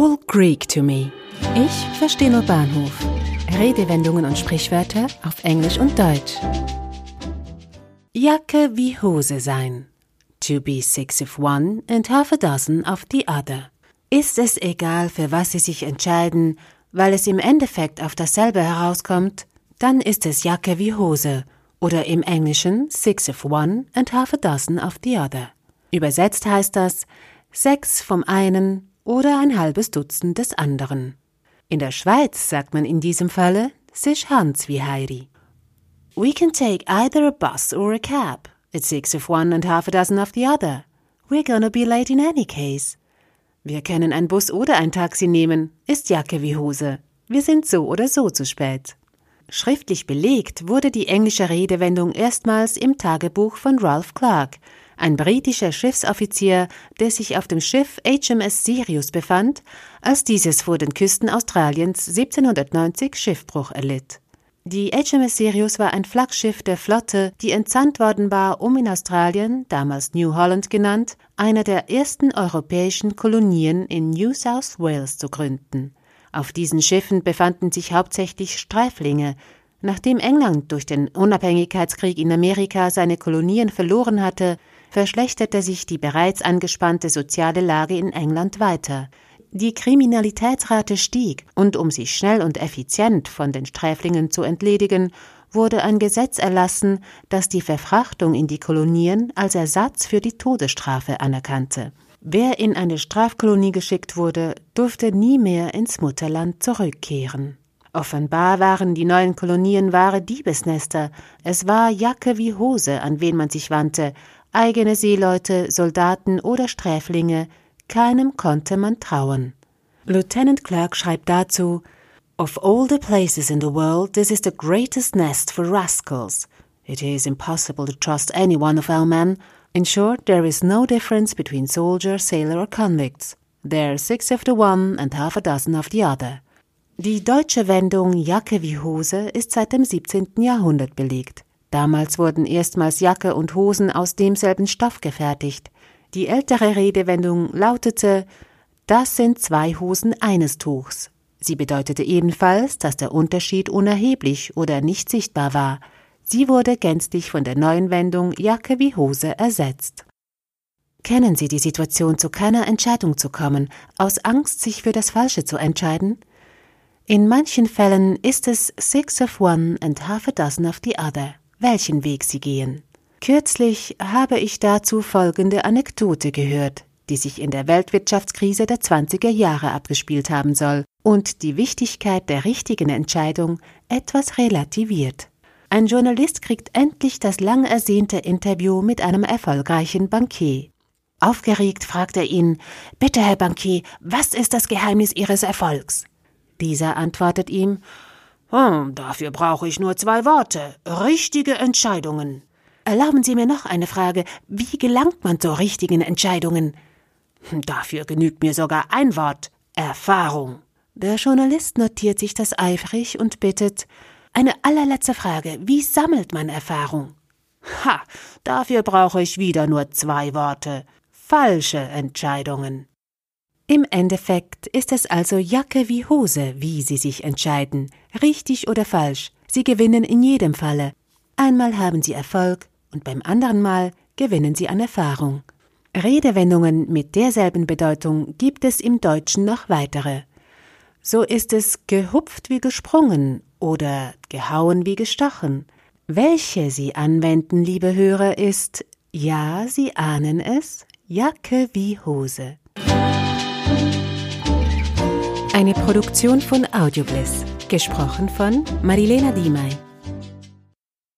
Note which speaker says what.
Speaker 1: all Greek to me. Ich verstehe nur Bahnhof. Redewendungen und Sprichwörter auf Englisch und Deutsch. Jacke wie Hose sein. To be six of one and half a dozen of the other. Ist es egal, für was Sie sich entscheiden, weil es im Endeffekt auf dasselbe herauskommt, dann ist es Jacke wie Hose oder im Englischen six of one and half a dozen of the other. Übersetzt heißt das 6 vom einen oder ein halbes Dutzend des anderen. In der Schweiz sagt man in diesem Falle sich Hans wie Heidi. We can take either a bus or a cab. It's 6 of one and half a dozen of the other. We're gonna be late in any case. Wir können ein Bus oder ein Taxi nehmen, ist Jacke wie Hose. Wir sind so oder so zu spät. Schriftlich belegt wurde die englische Redewendung erstmals im Tagebuch von Ralph Clark, ein britischer Schiffsoffizier, der sich auf dem Schiff HMS Sirius befand, als dieses vor den Küsten Australiens 1790 Schiffbruch erlitt. Die HMS Sirius war ein Flaggschiff der Flotte, die entsandt worden war, um in Australien, damals New Holland genannt, einer der ersten europäischen Kolonien in New South Wales zu gründen. Auf diesen Schiffen befanden sich hauptsächlich Sträflinge. Nachdem England durch den Unabhängigkeitskrieg in Amerika seine Kolonien verloren hatte, verschlechterte sich die bereits angespannte soziale Lage in England weiter. Die Kriminalitätsrate stieg und um sich schnell und effizient von den Sträflingen zu entledigen, wurde ein Gesetz erlassen, das die Verfrachtung in die Kolonien als Ersatz für die Todesstrafe anerkannte. Wer in eine Strafkolonie geschickt wurde, durfte nie mehr ins Mutterland zurückkehren. Offenbar waren die neuen Kolonien wahre Diebesnester. Es war Jacke wie Hose, an wen man sich wandte. Eigene Seeleute, Soldaten oder Sträflinge, keinem konnte man trauen. Lieutenant Clark schreibt dazu: Of all the places in the world, this is the greatest nest for rascals. It is impossible to trust any one of our men. In short, there is no difference between soldier, sailor or convicts. There are 6 of the one and half a dozen of the other. Die deutsche Wendung Jacke wie Hose ist seit dem 17. Jahrhundert belegt. Damals wurden erstmals Jacke und Hosen aus demselben Stoff gefertigt. Die ältere Redewendung lautete: Das sind 2 Hosen eines Tuchs. Sie bedeutete ebenfalls, dass der Unterschied unerheblich oder nicht sichtbar war. Sie wurde gänzlich von der neuen Wendung Jacke wie Hose ersetzt. Kennen Sie die Situation, zu keiner Entscheidung zu kommen, aus Angst, sich für das Falsche zu entscheiden? In manchen Fällen ist es 6 of one and half a dozen of the other, welchen Weg Sie gehen. Kürzlich habe ich dazu folgende Anekdote gehört, die sich in der Weltwirtschaftskrise der 20er Jahre abgespielt haben soll und die Wichtigkeit der richtigen Entscheidung etwas relativiert. Ein Journalist kriegt endlich das lang ersehnte Interview mit einem erfolgreichen Bankier. Aufgeregt fragt er ihn: Bitte, Herr Bankier, was ist das Geheimnis Ihres Erfolgs? Dieser antwortet ihm: Dafür brauche ich nur 2 Worte. Richtige Entscheidungen. Erlauben Sie mir noch eine Frage. Wie gelangt man zu richtigen Entscheidungen? Dafür genügt mir sogar ein Wort: Erfahrung. Der Journalist notiert sich das eifrig und bittet: Eine allerletzte Frage. Wie sammelt man Erfahrung? Dafür brauche ich wieder nur 2 Worte. Falsche Entscheidungen. Im Endeffekt ist es also Jacke wie Hose, wie Sie sich entscheiden. Richtig oder falsch, Sie gewinnen in jedem Falle. Einmal haben Sie Erfolg und beim anderen Mal gewinnen Sie an Erfahrung. Redewendungen mit derselben Bedeutung gibt es im Deutschen noch weitere. So ist es gehupft wie gesprungen oder gehauen wie gestochen. Welche Sie anwenden, liebe Hörer, ist, ja, Sie ahnen es, Jacke wie Hose. Eine Produktion von Audiobliss, gesprochen von Marilena Diemey.